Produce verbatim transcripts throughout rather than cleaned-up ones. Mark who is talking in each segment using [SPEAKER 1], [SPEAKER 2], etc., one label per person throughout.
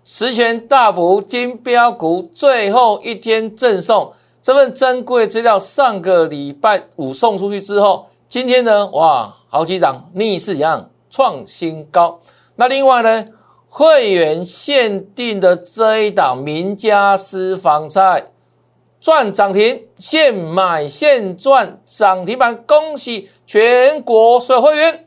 [SPEAKER 1] 十全大补金标股最后一天赠送这份珍贵资料，上个礼拜五送出去之后，今天呢，哇，好几档逆势一样创新高。那另外呢，会员限定的这一档名家私房菜赚涨停，现买现赚涨停板，恭喜全国所有会员。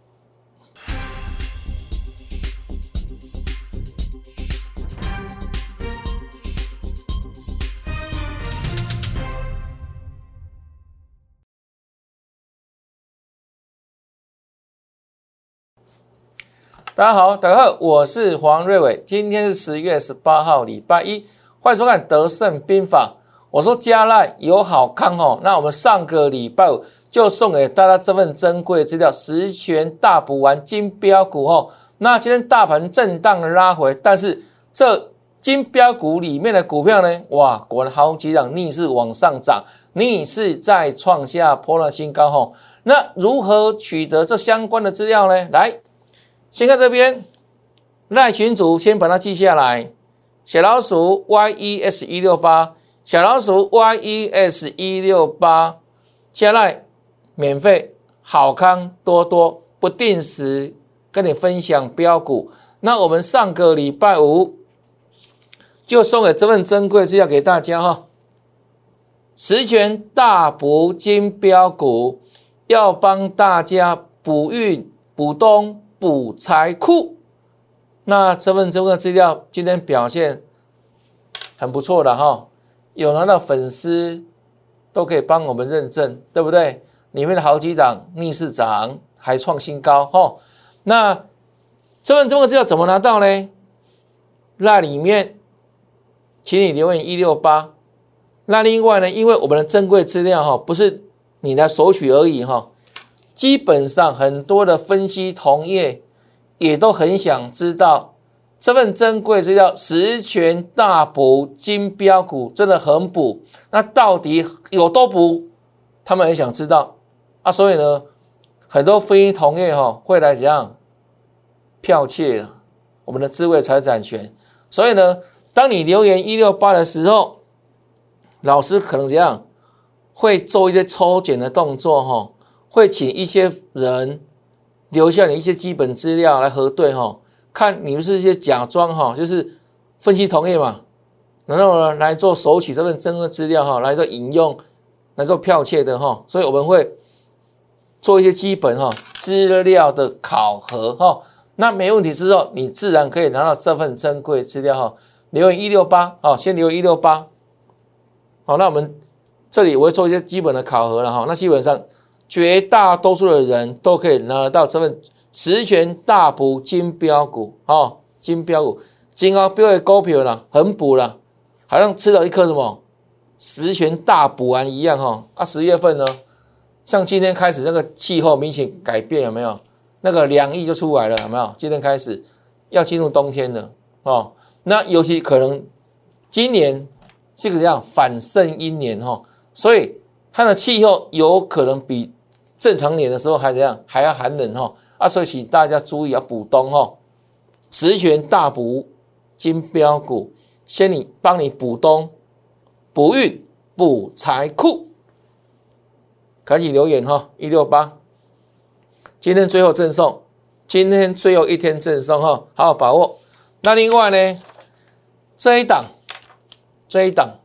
[SPEAKER 1] 大家好，大家好，我是黄瑞伟。今天是十月十八号，礼拜一，欢迎收看德胜兵法。我说加赖有好康哦，那我们上个礼拜五就送给大家这份珍贵的资料，十全大补完金标股哦。那今天大盘震荡拉回，但是这金标股里面的股票呢，哇，果然好几档逆势往上涨，逆势再创下波段新高哦。那如何取得这相关的资料呢？来。先看这边，赖群组先把它记下来，小老鼠 Y E S 一六八，小老鼠 Y E S 一六八，加赖免费好康多多，不定时跟你分享标股。那我们上个礼拜五就送给这份珍贵资料给大家哈，十全大补金标股，要帮大家补运补冬。补财库，那这份这份资料今天表现很不错的哈，有拿到粉丝都可以帮我们认证，对不对？里面的好几档逆势涨，还创新高哈。那这份这份资料怎么拿到呢？那里面，请你留言一六八。那另外呢，因为我们的珍贵资料哈，不是你来索取而已哈。基本上很多的分析同业也都很想知道这份珍贵资料，十全大补金标股真的很补，那到底有多补？他们很想知道啊，所以呢，很多分析同业哈会来怎样剽窃我们的智慧财产权，所以呢，当你留言一六八的时候，老师可能怎样会做一些抽检的动作哈。会请一些人留下你一些基本资料来核对哈，看你们是一些假装哈，就是分析同业嘛，然后呢来做索取这份真的资料哈，来做引用，来做剽窃的哈，所以我们会做一些基本哈资料的考核哈，那没问题之后，你自然可以拿到这份珍贵资料哈。留言一六八啊，先留言一六八，好，那我们这里我会做一些基本的考核了哈，那基本上。绝大多数的人都可以拿得到这份十全大补金标股哦，金标股金高标的股票啦，很补啦，好像吃了一颗什么十全大补丸一样哈、哦。啊，十月份呢，像今天开始那个气候明显改变，有没有？那个凉意就出来了，有没有？今天开始要进入冬天了哦。那尤其可能今年是个这样反圣婴年哈、哦，所以它的气候有可能比正常年的时候还怎样，还要寒冷哈啊，所以请大家注意要补冬哈。十全大补金标股，先你帮你补冬、补运、补财库。开启留言哈，一六八。今天最后赠送，今天最后一天赠送哈，好好把握。那另外呢，这一档，这一档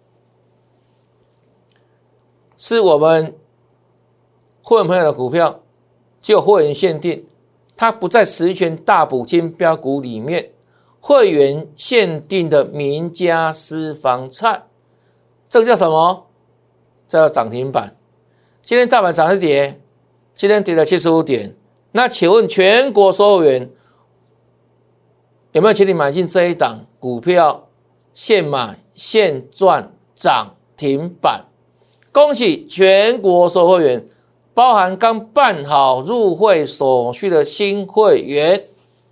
[SPEAKER 1] 是我们。会员朋友的股票只有会员限定，它不在十全大补金标股里面。会员限定的名家私房菜，这个叫什么？这叫涨停板。今天大盘涨是跌，今天跌了七十五点。那请问全国所有员有没有请你买进这一档股票？现买现赚涨停板，恭喜全国所有会员。包含刚办好入会手续的新会员，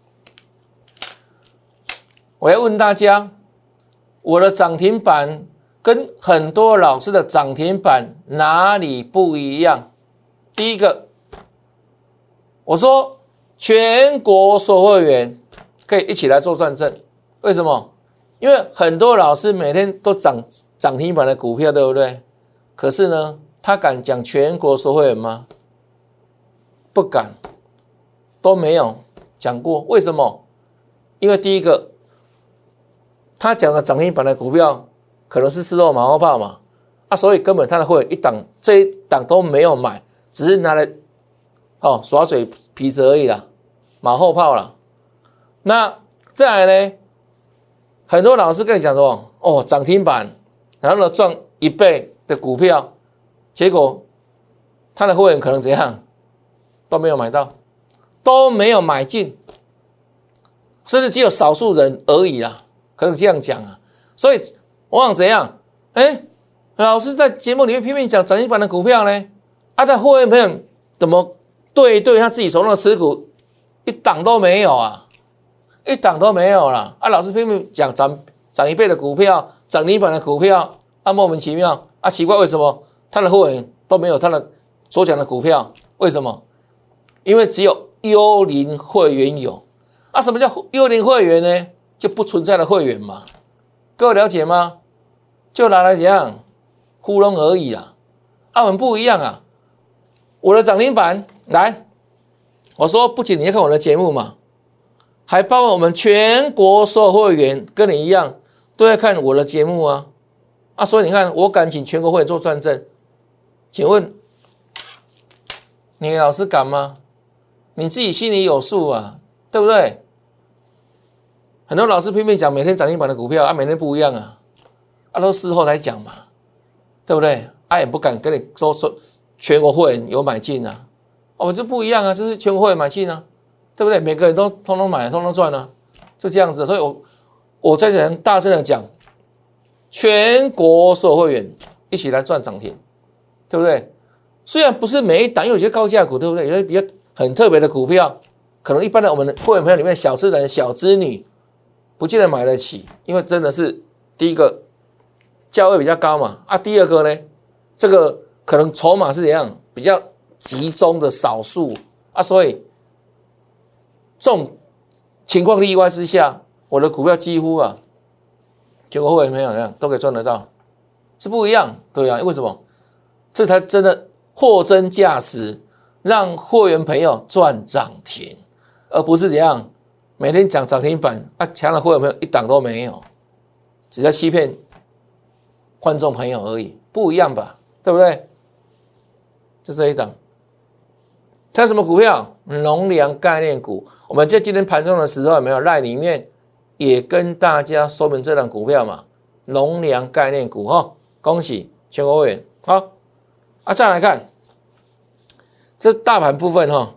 [SPEAKER 1] 我要问大家，我的涨停板跟很多老师的涨停板哪里不一样？第一个，我说全国所有会员可以一起来做转正， 为什么？因为很多老师每天都涨涨停板的股票，对不对？可是呢，他敢讲全国所有会员吗？不敢，都没有讲过。为什么？因为第一个，他讲的涨停板的股票可能是事后马后炮嘛，啊，所以根本他的会员一档这一档都没有买，只是拿来哦耍嘴皮子而已啦，马后炮啦。那再来呢？很多老师跟你讲说，哦，涨停板，然后呢赚一倍的股票，结果他的会员可能怎样都没有买到，都没有买进，甚至只有少数人而已啦，可能这样讲啊。所以往往怎样？哎，老师在节目里面拼命讲涨停板的股票呢，啊，他会员朋友怎么对一对他自己手中的持股一档都没有啊？一档都没有了啊！老师拼命讲涨涨一倍的股票，涨停板的股票，啊，莫名其妙啊，奇怪为什么他的会员都没有他的所讲的股票？为什么？因为只有幽灵会员有啊！什么叫幽灵会员呢？就不存在的会员嘛，各位了解吗？就拿来怎样糊弄而已啊！啊，我们不一样啊！我的涨停板来，我说不仅你要看我的节目嘛。还包括我们全国所有会员跟你一样都在看我的节目啊啊！所以你看，我敢请全国会员做转正，请问你老师敢吗？你自己心里有数啊，对不对？很多老师拼命讲每天涨停板的股票啊，每天不一样啊，啊都事后才讲嘛，对不对？啊也不敢跟你说说全国会员有买进啊，我们就不一样啊，这是全国会员买进啊。对不对？每个人都通通买，通通赚啊，就这样子。所以我我在这里大声的讲，全国所有会员一起来赚涨停，对不对？虽然不是每一档，有些高价股，对不对？有些比较很特别的股票，可能一般的我们的会员朋友里面小资人、小资女不见得买得起，因为真的是第一个价位比较高嘛，啊，第二个呢，这个可能筹码是怎样比较集中的少数啊，所以。这种情况例外之下，我的股票几乎啊，全国会员朋友怎样都可以赚得到，是不一样，对啊，为什么？这才真的货真价实，让会员朋友赚涨停，而不是怎样每天讲涨停板啊，其他的会员朋友一档都没有，只在欺骗观众朋友而已，不一样吧？对不对？就这一档。它什么股票？农粮概念股。我们在今天盘中的时候有没有赖里面也跟大家说明这档股票嘛？农粮概念股哈，恭喜全国会员。好啊，再来看这大盘部分哈。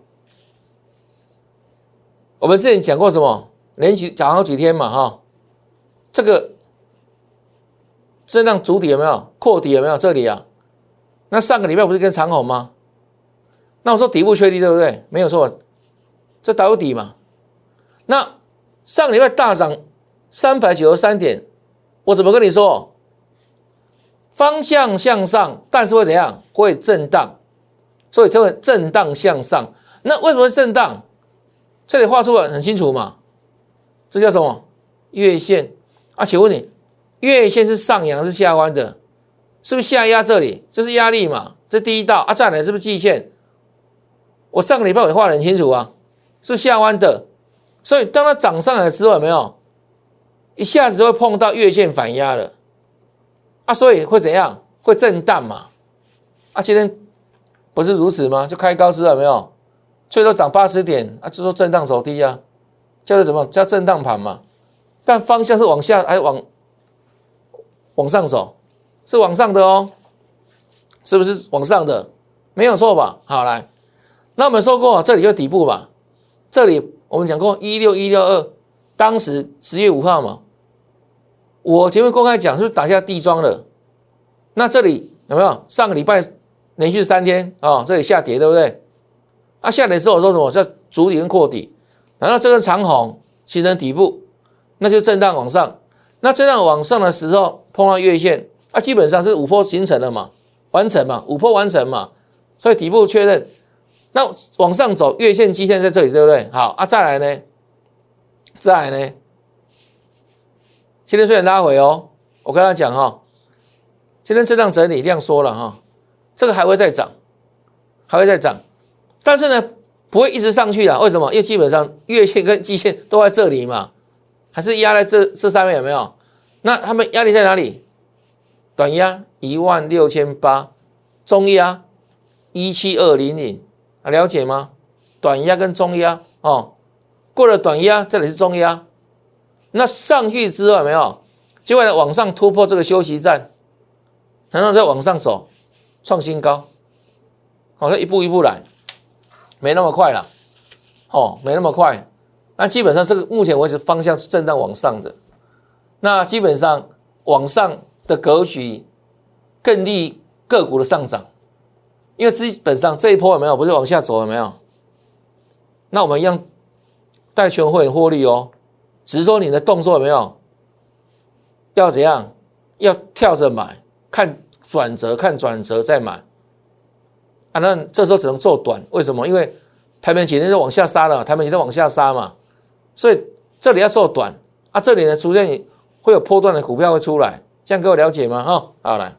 [SPEAKER 1] 我们之前讲过什么？连续讲好几天嘛哈。这个震荡主底有没有？扩底有没有？这里啊，那上个礼拜不是跟长虹吗？那我说底部确立对不对？没有错，这打有底嘛。那上个礼拜大涨三百九十三点，我怎么跟你说？方向向上，但是会怎样？会震荡，所以称为震荡向上。那为什么会震荡？这里画出来很清楚嘛。这叫什么？月线啊？请问你，月线是上扬是下弯的？是不是下压这里？这是压力嘛？这第一道啊，再来是不是季线？我上个礼拜我画得很清楚啊，是下弯的，所以当它涨上来之后，有没有一下子就会碰到月线反压了啊？所以会怎样？会震荡嘛？啊，今天不是如此吗？就开高之后有没有？最多涨八十点啊，就说震荡走低啊，叫做什么？叫震荡盘嘛。但方向是往下还是往往上走？是往上的哦，是不是往上的？没有错吧？好来。那我们说过，这里就是底部嘛。这里我们讲过一六一六二，当时十月五号嘛，我前面公开讲是不是打下地桩了？那这里有没有上个礼拜连续三天啊、哦？这里下跌对不对？啊，下跌之后说什么叫主底跟扩底？然后这根长红形成底部，那就震荡往上。那震荡往上的时候碰到月线，啊，基本上是五波形成了嘛，完成嘛，五波完成嘛，所以底部确认。那往上走，月线、季线在这里，对不对？好啊，再来呢，再来呢， 今天虽然拉回哦，我跟他讲哈，今天震荡整理量缩了哈，这个还会再涨，还会再涨，但是呢不会一直上去啊？为什么？因为基本上月线跟季线都在这里嘛，还是压在这这上面有没有？那他们压力在哪里？短压一万六千八，中压一七二零零，啊，了解吗？短压跟中压哦，过了短压，这里是中压，那上去之后有没有？接下来往上突破这个休息站，然后再往上走，创新高，好像一步一步来，没那么快了，哦，没那么快。那基本上这个目前为止方向是震荡往上的，那基本上往上的格局更利个股的上涨，因为基本上这一波有没有不是往下走有没有？那我们一样带全会员获利哦，只是说你的动作有没有要怎样？要跳着买，看转折，看转折再买啊。那这时候只能做短，为什么？因为台北几天就往下杀了，台北几天往下杀嘛，所以这里要做短啊。这里呢出现会有波段的股票会出来，这样各位了解吗？哈，好来。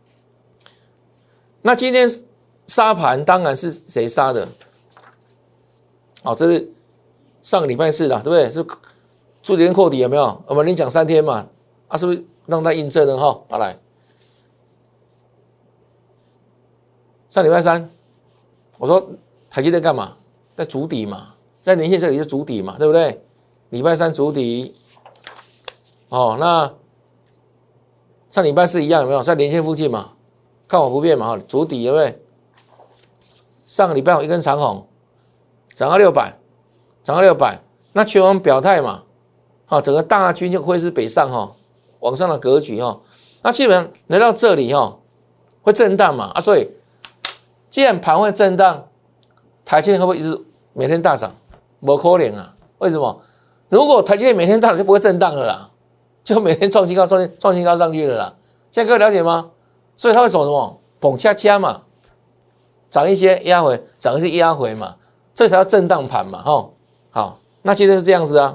[SPEAKER 1] 那今天杀盘当然是谁杀的？好，这是上个礼拜四的，对不对？是筑底跟扩底有没有？我们连讲三天嘛，啊，是不是让它印证了哈？好来，上礼拜三我说台积电干嘛？在筑底嘛，在年线这里就筑底嘛，对不对？礼拜三筑底，哦，那上礼拜四一样有没有？在年线附近嘛，看我不变嘛，哈，筑底对不对？上个礼拜有一根长红。涨到六百，涨到六百，那全网表态嘛，好，整个大军就会是北上哈，往上的格局哈，那基本上来到这里哈，会震荡嘛啊，所以既然盘会震荡，台积电会不会一直每天大涨？不可能啊，为什么？如果台积电每天大涨就不会震荡了啦，就每天创新高、创新创新高上去了啦，现在各位了解吗？所以它会走什么？蹦恰恰嘛，涨一些压回，涨一些压回嘛。这才叫震荡盘嘛，吼，好，那今天是这样子啊，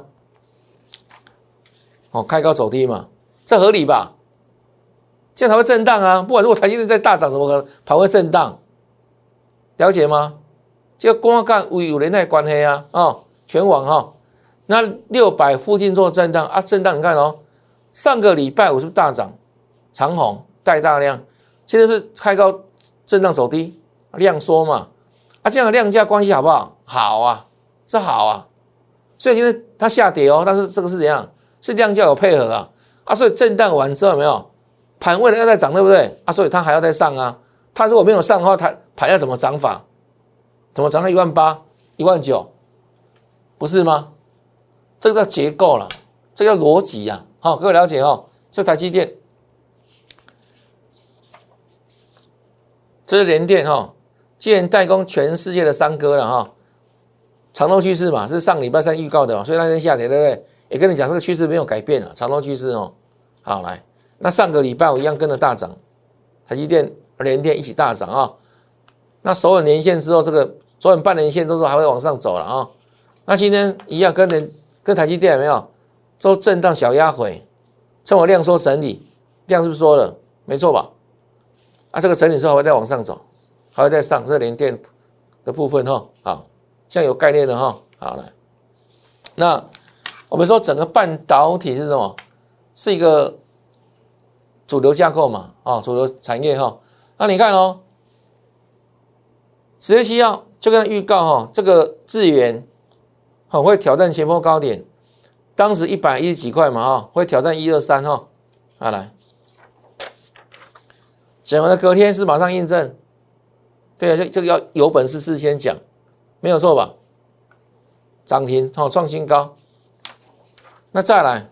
[SPEAKER 1] 哦，开高走低嘛，这合理吧？这样才会震荡啊，不管如果台积电在大涨，怎么可能盘会震荡？了解吗？这个光干有连带关系啊，哦，全网哈、哦，那六百附近做震荡啊，震荡你看哦，上个礼拜五是不是大涨，长红带大量，现在是开高震荡走低，量缩嘛。啊，这样的量价关系好不好？好啊，是好啊。所以今天它下跌哦，但是这个是怎样？是量价有配合啊。啊，所以震荡完之后有没有？盘为了要再涨，对不对？啊，所以它还要再上啊。它如果没有上的话，它盘要怎么涨法？怎么涨到一万八、一万九？不是吗？这个叫结构了，这个叫逻辑呀。好，各位了解哦。这台积电，这是联电哈。既然代工全世界的三哥了哈，长头趋势嘛，是上礼拜三预告的嘛，所以那天下跌，对不对？也跟你讲这个趋势没有改变啊，长头趋势哦。好，来，那上个礼拜我一样跟着大涨，台积电、联电一起大涨啊。那守稳年线之后，这个守稳半年线都是还会往上走了啊。那今天一样跟人跟台积电有没有做震荡小压回，趁我量缩整理，量是不是说了？没错吧？啊，这个整理之后还会再往上走。还会再上，这联电的部分哈，好，像有概念的哈，好来，那我们说整个半导体是什么？是一个主流架构嘛，啊，主流产业哈。那你看哦，十月七号就跟预告哈，这个智原很会挑战前波高点，当时一百一十几块嘛，哈，会挑战一二三哈，啊来，讲完了隔天是马上印证。对啊，这这个要有本事事先讲，没有错吧？涨停，好、哦，创新高。那再来，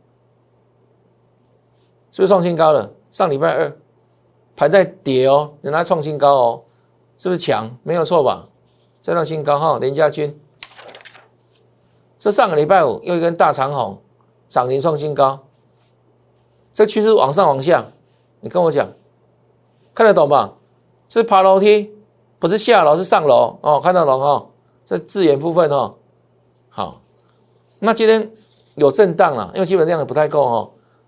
[SPEAKER 1] 是不是创新高了？上礼拜二盘在跌哦，人家创新高哦，是不是强？没有错吧？再创新高哈、哦，联家军。这上个礼拜五又一根大长红，涨停创新高。这趋势往上往下，你跟我讲，看得懂吧？是爬楼梯，不是下楼，是上楼哦，看到懂哦？这字眼部分哦，好，那今天有震荡了，因为基本量也不太够哦，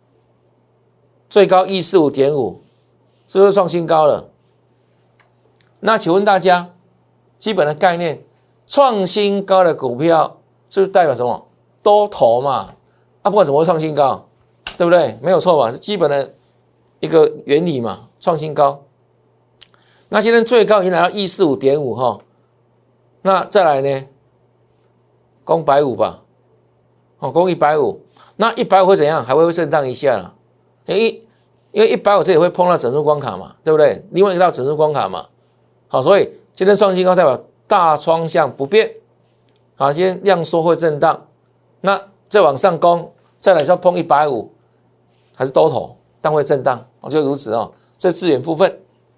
[SPEAKER 1] 最高一四五点五，是不是创新高了？那请问大家，基本的概念，创新高的股票是不是代表什么？多头嘛，啊，不管怎么会创新高，对不对？没有错吧？是基本的一个原理嘛，创新高。那今天最高已经来到一四五点五哈，那再来呢？攻一百五吧，哦，攻一百五，那一百五会怎样？还会震荡一下啦，因为因为一百五这里会碰到整数关卡嘛，对不对？另外一个到整数关卡嘛，好，所以今天创新高代表大方向不变，好，今天量缩会震荡，那再往上攻，再来就要碰一百五，还是多头，但会震荡，哦，就如此哦，这资源部分。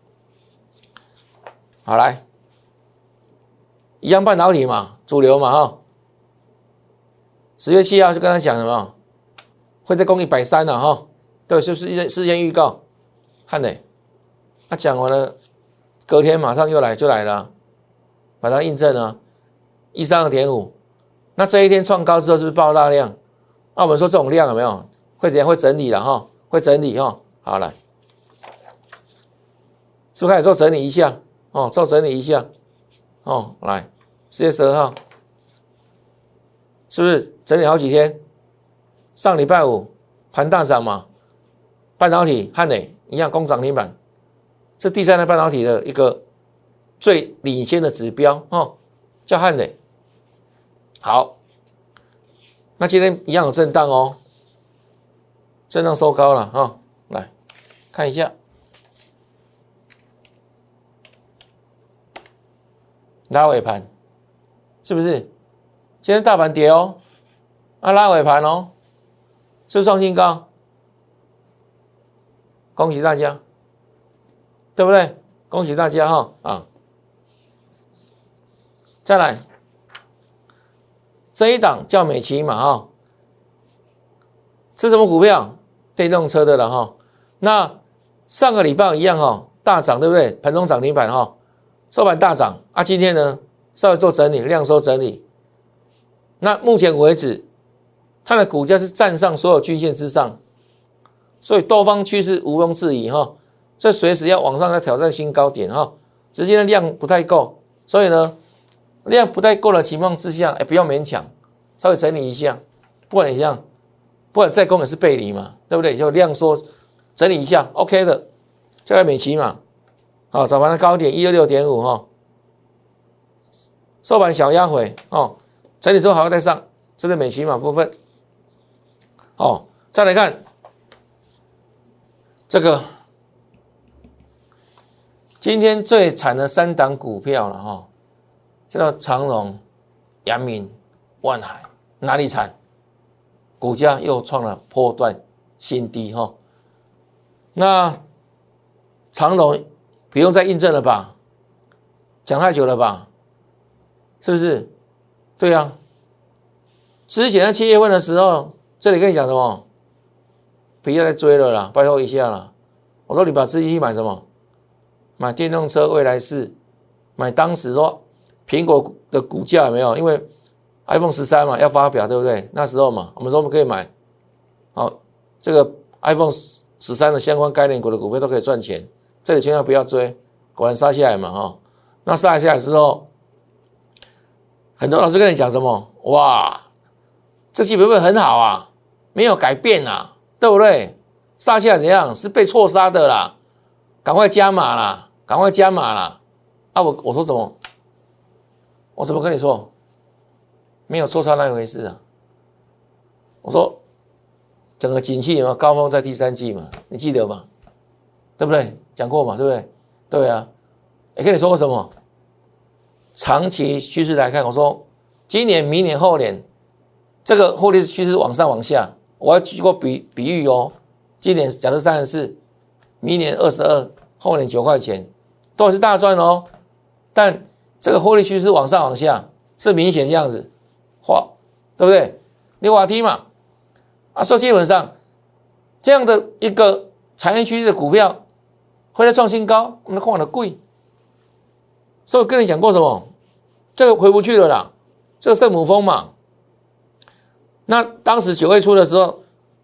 [SPEAKER 1] 好，来，一样半导体嘛，主流嘛，哈。十月七号就跟他讲什么，会再攻一百三了哈，对，就是事先预告，看呢，他讲完了，隔天马上又来就来了，把它印证了，一三二点五，那这一天创高之后是不是爆大量？那我们说这种量有没有会怎样？会整理了哈，会整理哈，好来，是不是开始做整理一下？哦，做整理一下，哦，来，十月十二号，是不是整理好几天？上礼拜五盘大涨嘛，半导体汉磊一样攻涨停板，这第三代半导体的一个最领先的指标哦，叫汉磊。好，那今天一样有震荡哦，震荡收高了哈、哦，来看一下。拉尾盘，是不是？今天大盘跌哦，啊拉尾盘哦，是不是创新高？恭喜大家，对不对？恭喜大家哈、哦、啊！再来，这一档叫美骑马哈，是什么股票？电动车的了哈、哦。那上个礼拜一样哈、哦，大涨对不对？盘中涨停板哈。哦收盘大涨啊！今天呢稍微做整理，量缩整理。那目前为止，它的股价是站上所有均线之上，所以多方趋势毋庸置疑哈。这随时要往上再挑战新高点哈。直接的量不太够，所以呢量不太够的情况之下，哎，不要勉强，稍微整理一下。不管怎样，不管再攻也是背离嘛，对不对？就量缩整理一下 ，OK 的。再来美骑嘛。好，早盘的高点一二六点五哈，收盘小压回哦，整理之后还会再上，这是美骑马部分。哦，再来看这个今天最惨的三档股票了哈、哦，叫做长荣、阳明、万海，哪里惨？股价又创了波段新低哈、哦。那长荣。不用再印证了吧？讲太久了吧？是不是？对啊。之前在七月份的时候，这里跟你讲什么？不要再追了啦，拜托一下啦。我说你把资金去买什么？买电动车未来式，买当时说苹果的股价有没有？因为 iPhone 十三嘛要发表，对不对？那时候嘛，我们说我们可以买，好，这个 iPhone 十三的相关概念股的股票都可以赚钱。这里千万不要追，果然杀下来嘛哈、哦，那杀下来之后，很多老师跟你讲什么？哇，这基本面很好啊，没有改变啊，对不对？杀下来怎样？是被错杀的啦，赶快加码啦，赶快加码啦！啊我我说怎么？我怎么跟你说？没有错杀那一回事啊！我说整个景气有没有高峰在第三季嘛？你记得吗？对不对？讲过嘛，对不对？对啊，也跟你说过什么？长期趋势来看，我说今年、明年、后年，这个获利趋势往上往下，我要举过比比喻哦。今年假设三十四，明年二十二，后年九块钱，都是大赚哦。但这个获利趋势往上往下是明显这样子画，对不对？溜滑梯嘛，啊，所以基本上这样的一个产业趋势的股票。会再创新高，我们看的贵，所以我跟你讲过什么？这个回不去了啦，这个圣母峰嘛。那当时九月初的时候，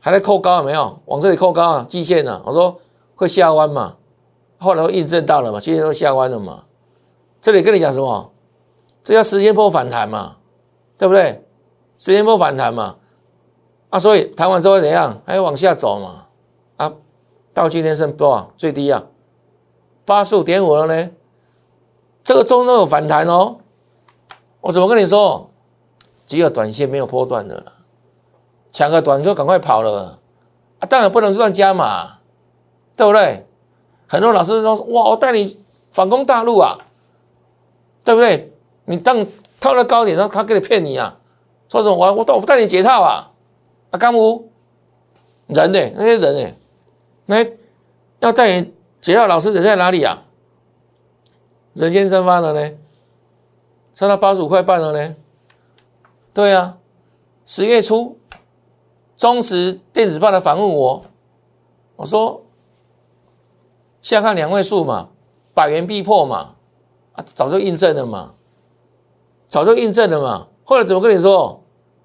[SPEAKER 1] 还在扣高有没有？往这里扣高啊，季线啊，我说会下弯嘛，后来会印证到了嘛，季线都下弯了嘛。这里跟你讲什么？这叫时间波反弹嘛，对不对？时间波反弹嘛，啊，所以弹完之后会怎样？还要往下走嘛，啊，到今天剩多少？最低啊，八十五点五了呢。这个中都有反弹哦，我怎么跟你说？只有短线没有波段的了，抢个短就赶快跑了啊！当然不能算加码，对不对？很多老师都说：“哇，我带你反攻大陆啊，对不对？”你当套到高点，然后他给你骗你啊，说什么我我我带你解套啊，啊，干无人呢、欸？那些人呢、欸？那要带你解套，老师人在哪里啊？人间蒸发了呢，上到八十五块半了呢。对啊，十月初，中时电子报的反问我，我说下看两位数嘛，百元必破嘛，啊，早就印证了嘛，早就印证了嘛。后来怎么跟你说？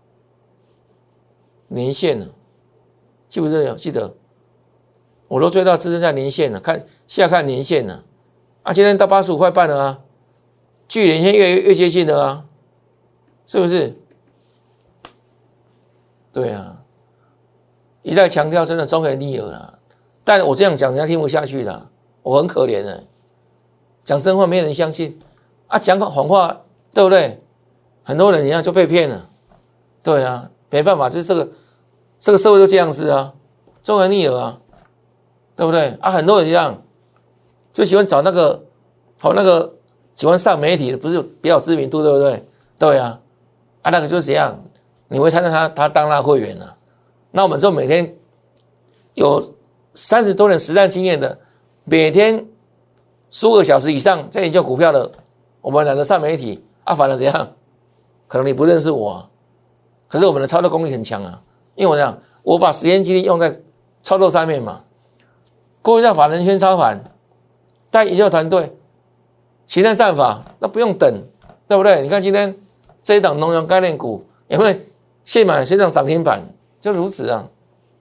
[SPEAKER 1] 年线了，记不记得？记得，我都追到支撑在年线了，看下看年线了。啊，今天到八十五块半了啊，距年线越越接近了啊，是不是？对啊，一再强调真的忠言逆耳啦，但我这样讲人家听不下去了，我很可怜的，讲真话没人相信啊，讲谎话对不对？很多人一样就被骗了，对啊，没办法，这这个这个社会就这样子啊，忠言逆耳啊，对不对啊？很多人一样。就喜欢找那个，好、哦、那个喜欢上媒体的，不是比较知名度，对不对？对啊，啊那个就是怎样，你会看到他他当那会员了、啊。那我们就每天有三十多年实战经验的，每天十五个小时以上在研究股票的，我们懒得上媒体啊，反而怎样？可能你不认识我、啊，可是我们的操作功力很强啊，因为我讲我把时间精力用在操作上面嘛，过一下法人圈操盘。带研究团队，形态战法，那不用等，对不对？你看今天这一档农粮概念股，有没有现买现涨涨停板？就如此啊！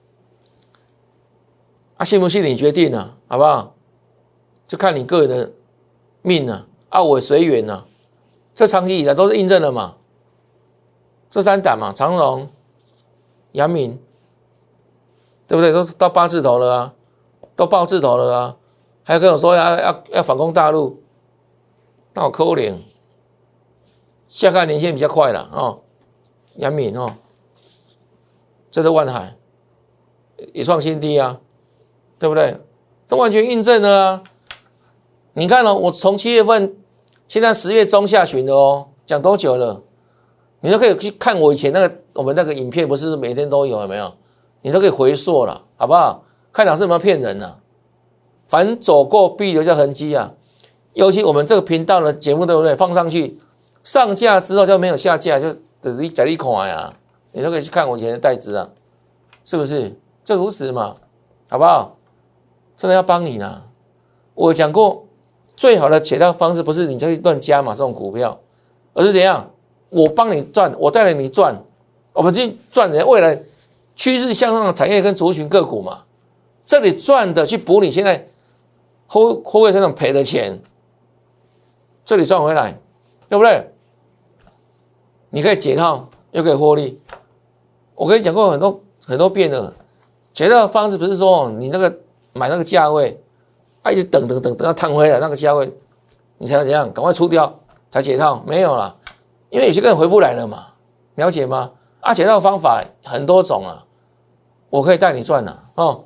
[SPEAKER 1] 啊，信不信你决定啊，好不好？就看你个人的命啊，啊，我随缘啊。这长期以来都是印证了嘛，这三档嘛，长荣、阳明，对不对？都到八字头了啊，都爆字头了啊。还跟我说要要要反攻大陆，那我可怜，下看年限比较快了哦，阳明哦，这是万海也创新低啊，对不对？都完全印证了啊！你看哦，我从七月份，现在十月中下旬了哦，讲多久了？你都可以去看我以前那个我们那个影片，不是每天都有有没有？你都可以回溯了，好不好？看老师有没有骗人呢、啊？凡走过必留下痕迹啊！尤其我们这个频道的节目，对不对？放上去，上架之后就没有下架，就等于假利款啊！你都可以去看我以前的代资啊，是不是？就如此嘛，好不好？真的要帮你呢。我讲过，最好的解套方式不是你再去乱加码这种股票，而是怎样？我帮你赚，我带着你赚，我们去赚人未来趋势向上的产业跟族群个股嘛。这里赚的去补你现在。后后卫身上赔的钱，这里赚回来，对不对？你可以解套，又可以获利。我跟你讲过很多很多遍了，解套的方式不是说你那个买那个价位，啊一直等等等等到弹回来那个价位，你才能怎样？赶快出掉才解套，没有啦，因为有些根本回不来了嘛，了解吗？啊，解套的方法很多种啊，我可以带你赚了哦。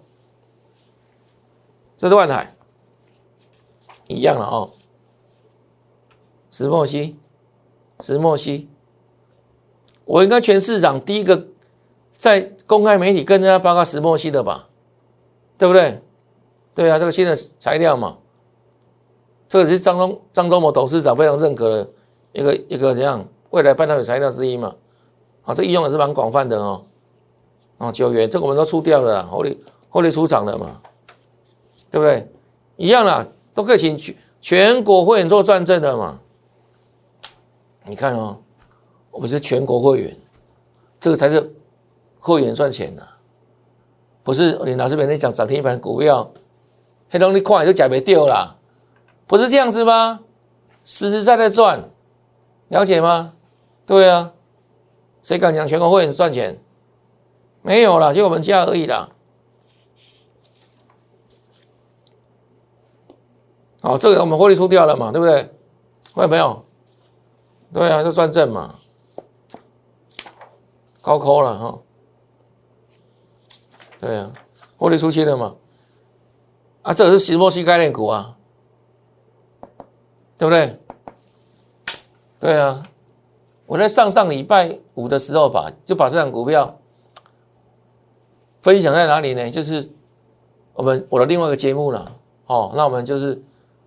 [SPEAKER 1] 这是万海。一样了哦，石墨烯，石墨烯，我应该全市场第一个在公开媒体跟大家报告石墨烯的吧，对不对？对啊，这个新的材料嘛，这个是张忠张忠谋董事长非常认可的一个一个怎样未来半导体材料之一嘛，啊，这应用也是蛮广泛的哦，啊，九元这个我们都出掉了，后来后来出厂了嘛，对不对？一样啦。都可以请全国会员做转正的嘛？你看哦，我们是全国会员，这个才是会员赚钱的、啊， 不是你老师每天讲涨停板股票，黑东你看就假没掉啦，不是这样子吗？实实在在赚，了解吗？对啊，谁敢讲全国会员赚钱？没有啦，就我们家而已啦。好，这个我们获利出掉了嘛，对不对？各位朋友，对啊，就算正嘛，高扣了哈。对啊，获利出清了嘛。啊，这个是石墨烯概念股啊，对不对？对啊，我在上上礼拜五的时候吧，就把这档股票分享在哪里呢？就是我们我的另外一个节目了。哦，那我们就是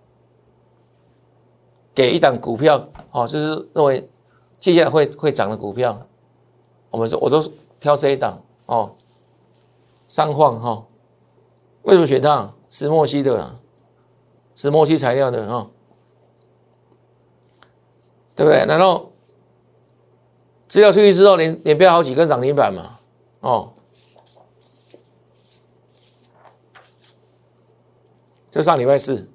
[SPEAKER 1] 给一档股票，哦，就是认为接下来会会涨的股票，我们就我都挑这一档哦，三晃哈、哦。为什么选它？石墨烯的啦，石墨烯材料的哈、哦，对不对？然后资料出去之后，连连标好几根涨停板嘛，哦，就上礼拜四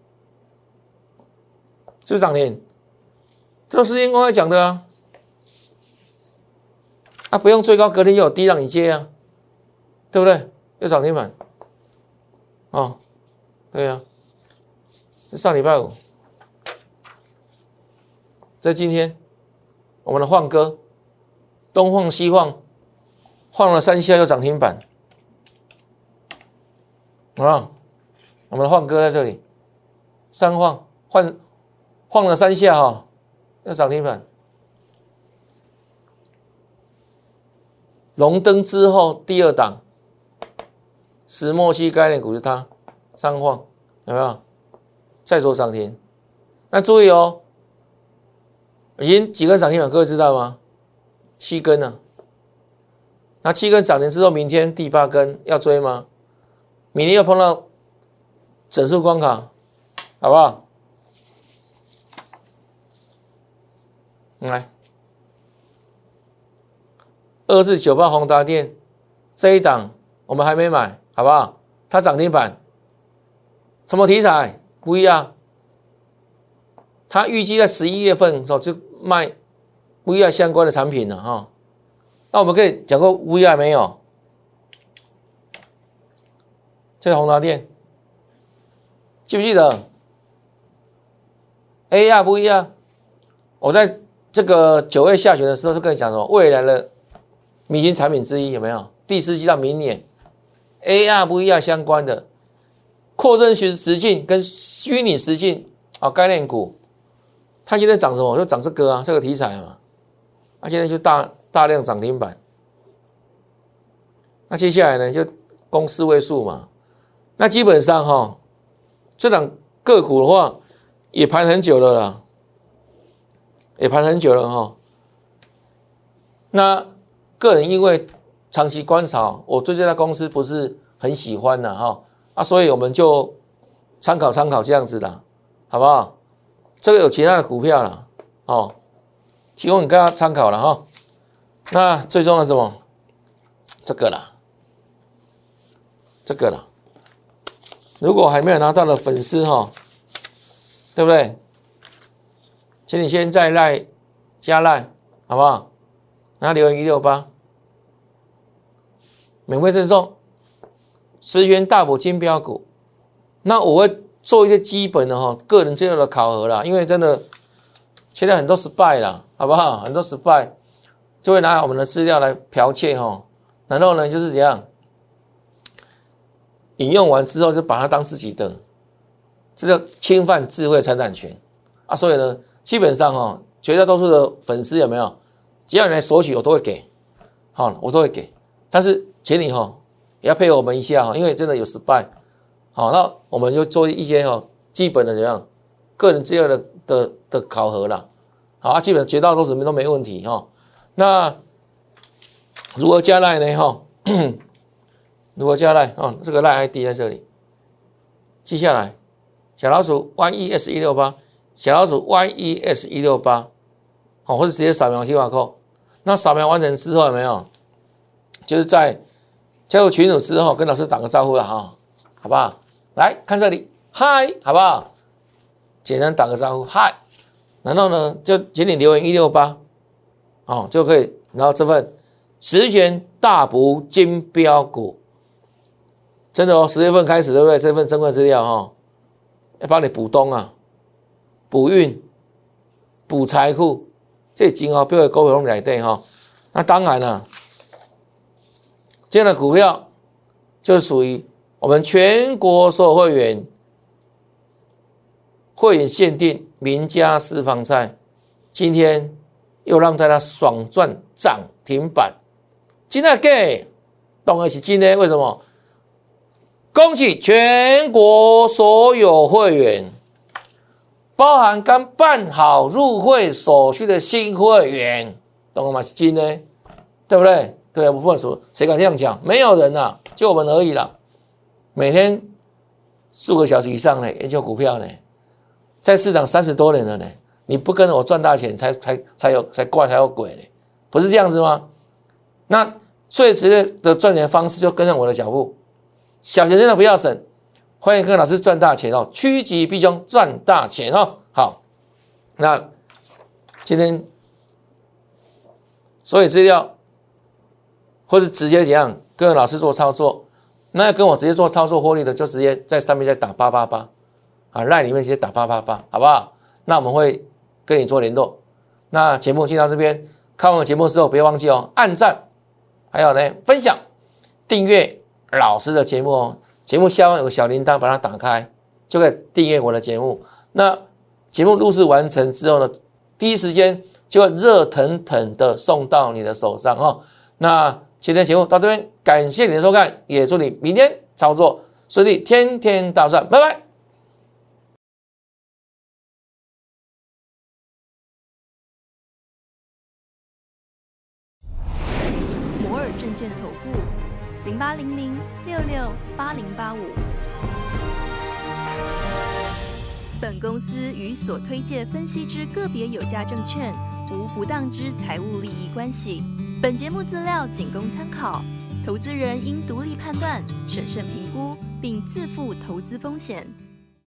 [SPEAKER 1] 就涨停，这个时间公开讲的啊，啊不用最高，隔天就有低让你接啊，对不对？又涨停板。哦，对呀、啊，是上礼拜五，在今天，我们的晃哥东晃西晃，晃了三下又涨停板，啊，我们的晃哥在这里，三晃换晃了三下哈、哦，又涨停板，荣登之后第二档。石墨烯概念股是它，三晃有没有？再做涨停，那注意哦，已经几根涨停板，各位知道吗？七根了。那七根涨停之后，明天第八根要追吗？明天要碰到整数关卡，好不好？来，二四九八宏达电这一档我们还没买。好不好？它涨停板，什么题材不一样？它预计在十一月份的时候就卖 V R 相关的产品了哈。那我们可以讲过 V R 没有？这个宏达电，记不记得 ？A R 不一样。我在这个九月下旬的时候就跟你讲说，未来的明星产品之一有没有？第四季到明年。A R 不一样相关的扩增实境跟虚拟实境啊概念股，它现在涨什么？就涨这个啊，这个题材嘛。它、啊、现在就大大量涨停板。那接下来呢，就攻四位数嘛。那基本上哈、哦，这档个股的话也盘很久了啦，也盘很久了哈、哦。那个人因为长期观察，我对这家公司不是很喜欢的哈啊，所以我们就参考参考这样子的，好不好？这个有其他的股票了哦，提供你大家参考了哈。那最重要的是什么？这个啦，这个啦。如果还没有拿到的粉丝哈，对不对？请你先在赖加赖，好不好？拿留言一六八。免费赠送十元大补金标股，那我会做一些基本的哈个人资料的考核啦，因为真的现在很多失败啦，好不好？很多失败就会拿我们的资料来剽窃哈，然后呢就是怎样引用完之后就把它当自己的，这叫侵犯智慧财产权啊！所以呢，基本上哈绝大多数的粉丝有没有？只要你来索取，我都会给，好，我都会给，但是。请你哈也要配合我们一下哈，因为真的有失败，好，那我们就做一些哈基本的怎样个人资料的的的考核啦，好啊，基本绝大多数都没问题哈。那如何加赖呢哈？如何加赖啊？这个赖 I D 在这里，记下来，小老鼠 Y E S 一六八，小老鼠 Y E S 一六八，好，或者直接扫描 Q R code， 那扫描完成之后有没有？就是在加入群组之后跟老师打个招呼了哈，好不好？来看这里，嗨，好不好？简单打个招呼，嗨，然后呢就请你留言一六八，哦就可以，然后这份十元大补金标股，真的哦，十月份开始对不对？这份珍贵资料哈、哦，要帮你补冬啊，补运，补财库，这金哦，标的股票拢内底哈。那当然了，这样的股票就属于我们全国所有会员会员限定名家私房菜，今天又让大家爽赚涨停板。今天给当然是今天，为什么？恭喜全国所有会员，包含刚办好入会手续的新会员，懂了吗？是今天，对不对？对啊，不问说谁敢这样讲？没有人啊，就我们而已啦。每天数个小时以上呢，研究股票呢，在市场三十多年了呢，你不跟着我赚大钱才，才才才有才怪才有鬼呢，不是这样子吗？那最直接的赚钱方式就跟上我的脚步，小钱真的不要省，欢迎跟老师赚大钱哦，趋吉避凶赚大钱哦。好，那今天所有资料或是直接怎样跟老师做操作，那要跟我直接做操作获利的，就直接在上面再打八八八啊 ，LINE 里面直接打八八八，好不好？那我们会跟你做联络。那节目进到这边，看完节目之后，别忘记哦，按赞。还有呢，分享、订阅老师的节目哦。节目下方有个小铃铛，把它打开，就可以订阅我的节目。那节目录制完成之后呢，第一时间就会热腾腾的送到你的手上哦。那今天节目到这边，感谢你的收看，也祝你明天操作顺利，天天大赚，拜拜。
[SPEAKER 2] 证券投顾零八零零六六八零八五。本公司与所推介分析之个别有价证券无不当之财务利益关系。本节目资料仅供参考，投资人应独立判断、审慎评估，并自负投资风险。